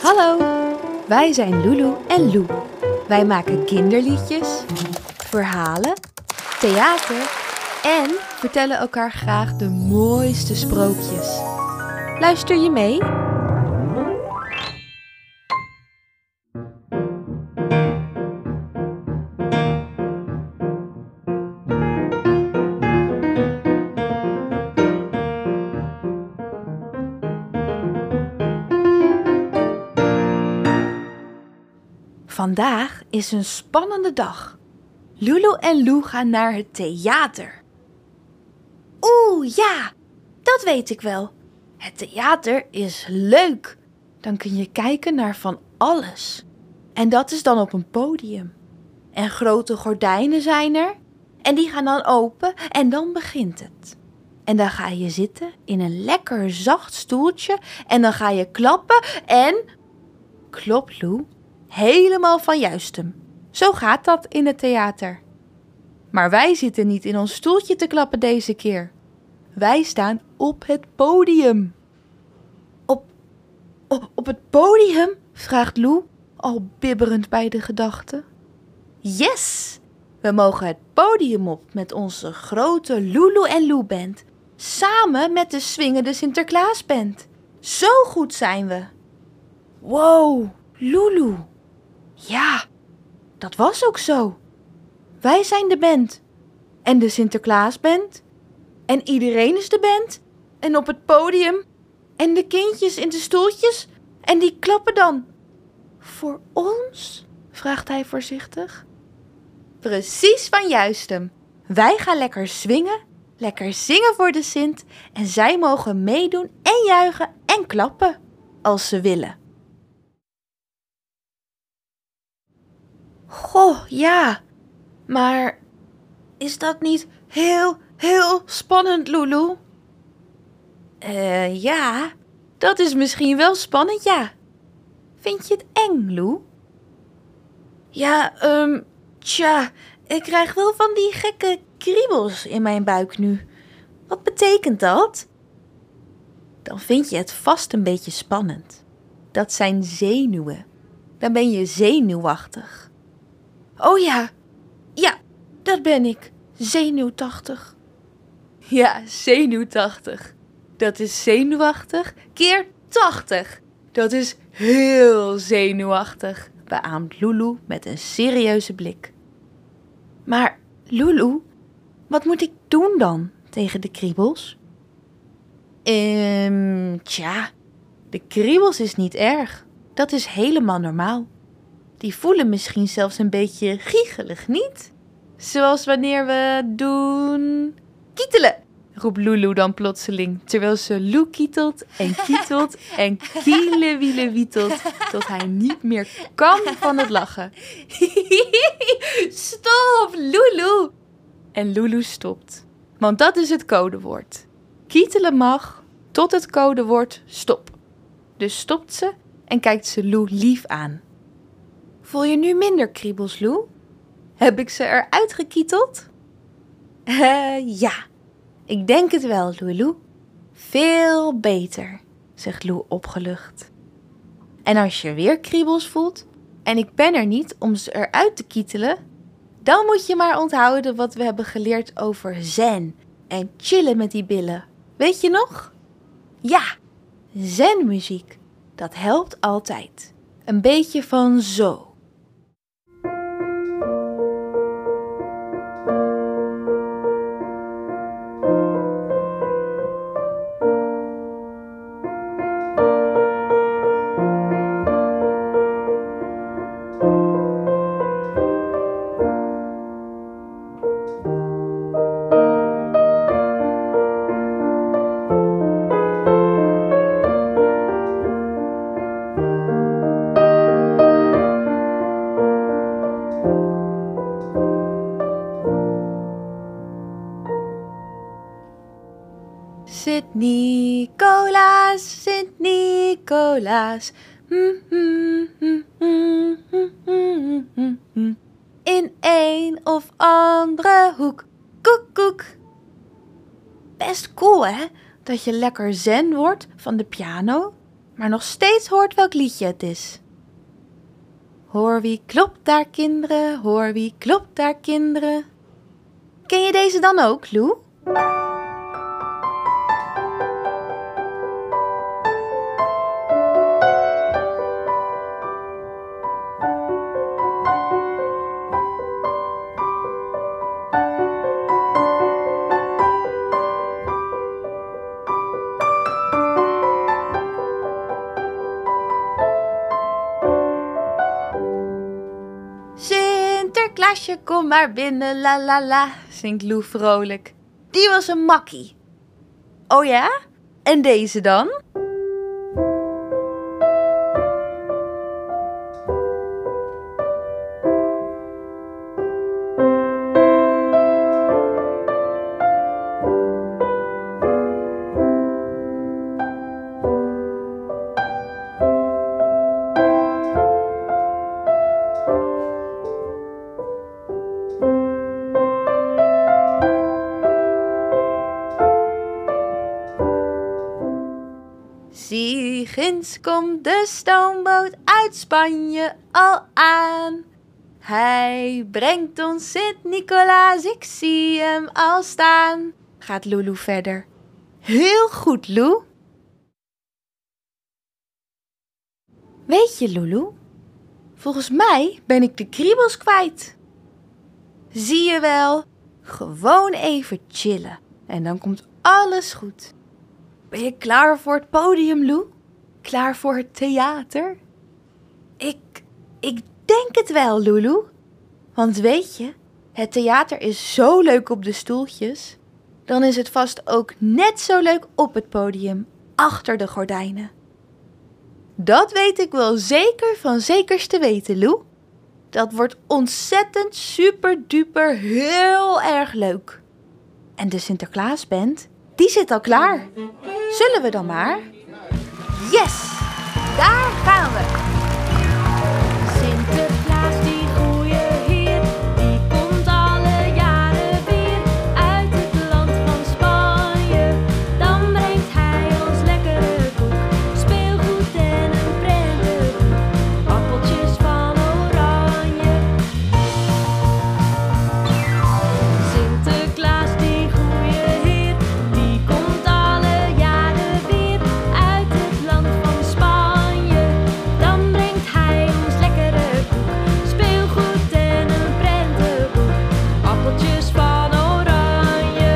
Hallo, wij zijn Lulu en Lou. Wij maken kinderliedjes, verhalen, theater en vertellen elkaar graag de mooiste sprookjes. Luister je mee? Vandaag is een spannende dag. Lulu en Lou gaan naar het theater. Oeh, ja, dat weet ik wel. Het theater is leuk. Dan kun je kijken naar van alles. En dat is dan op een podium. En grote gordijnen zijn er. En die gaan dan open en dan begint het. En dan ga je zitten in een lekker zacht stoeltje. En dan ga je klappen en... Klop, Lou. Helemaal van juistem. Zo gaat dat in het theater. Maar wij zitten niet in ons stoeltje te klappen deze keer. Wij staan op het podium. Op het podium? Vraagt Lou, al bibberend bij de gedachte. Yes! We mogen het podium op met onze grote Lulu en Lou band. Samen met de swingende Sinterklaasband. Zo goed zijn we. Wow, Lulu. Ja, dat was ook zo. Wij zijn de band. En de Sinterklaasband. En iedereen is de band. En op het podium. En de kindjes in de stoeltjes. En die klappen dan. Voor ons? Vraagt hij voorzichtig. Precies van juistem. Wij gaan lekker swingen. Lekker zingen voor de Sint. En zij mogen meedoen en juichen en klappen. Als ze willen. Goh, ja. Maar is dat niet heel spannend, Lulu? Ja, dat is misschien wel spannend, ja. Vind je het eng, Lou? Ja, tja, ik krijg wel van die gekke kriebels in mijn buik nu. Wat betekent dat? Dan vind je het vast een beetje spannend. Dat zijn zenuwen. Dan ben je zenuwachtig. Oh ja, dat ben ik. Zenuwachtig. Ja, zenuwachtig. Dat is zenuwachtig keer 80. Dat is heel zenuwachtig, beaamt Lulu met een serieuze blik. Maar Lulu, wat moet ik doen dan tegen de kriebels? Tja, de kriebels is niet erg. Dat is helemaal normaal. Die voelen misschien zelfs een beetje giechelig, niet? Zoals wanneer we doen... Kietelen, roept Lulu dan plotseling, terwijl ze Lou kietelt en kielewielewietelt, tot hij niet meer kan van het lachen. Stop, Lulu! En Lulu stopt, want dat is het codewoord. Kietelen mag tot het codewoord stop. Dus stopt ze en kijkt ze Lou lief aan. Voel je nu minder kriebels, Lou? Heb ik ze eruit gekieteld? Ja, ik denk het wel, Lulu. Veel beter, zegt Lou opgelucht. En als je weer kriebels voelt en ik ben er niet om ze eruit te kietelen, dan moet je maar onthouden wat we hebben geleerd over zen en chillen met die billen. Weet je nog? Ja, zenmuziek, dat helpt altijd. Een beetje van zo. Sint-Nicolaas, Sint-Nicolaas, in een of andere hoek, koek, koek. Best cool, hè? Dat je lekker zen wordt van de piano, maar nog steeds hoort welk liedje het is. Hoor wie klopt daar kinderen, hoor wie klopt daar kinderen. Ken je deze dan ook, Lou? Sinterklaasje, kom maar binnen, la la la, zingt Lou vrolijk. Die was een makkie. Oh ja? En deze dan? Zie, ginds komt de stoomboot uit Spanje al aan. Hij brengt ons Sint-Nicolaas, ik zie hem al staan. Gaat Lulu verder. Heel goed, Lou. Weet je, Lulu, volgens mij ben ik de kriebels kwijt. Zie je wel, gewoon even chillen en dan komt alles goed. Ben je klaar voor het podium, Lou? Klaar voor het theater? Ik denk het wel, Lulu. Want weet je, het theater is zo leuk op de stoeltjes. Dan is het vast ook net zo leuk op het podium, achter de gordijnen. Dat weet ik wel zeker van zekers te weten, Lou. Dat wordt ontzettend super duper heel erg leuk. En de Sinterklaasband, die zit al klaar. Zullen we dan maar? Yes! Daar gaan we! Sinterklaas, die goeie heer, die komt alle jaren weer uit het land van Spanje. Dan brengt hij ons lekkere koek, speelgoed en een prentenboek, appeltjes van oranje. Sinterklaas, die goeie heer, die komt alle jaren weer uit het land van Spanje. Dan brengt hij ons lekkere koek, speelgoed en een prentenboek, appeltjes van oranje.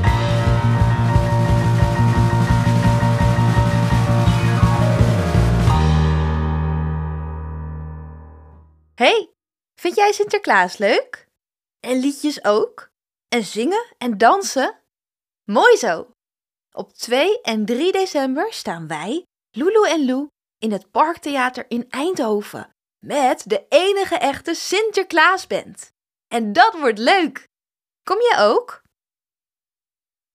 Hey, vind jij Sinterklaas leuk? En liedjes ook? En zingen en dansen? Mooi zo! Op 2 en 3 december staan wij, Lulu en Lou, in het Parktheater in Eindhoven. Met de enige echte Sinterklaasband. En dat wordt leuk! Kom je ook?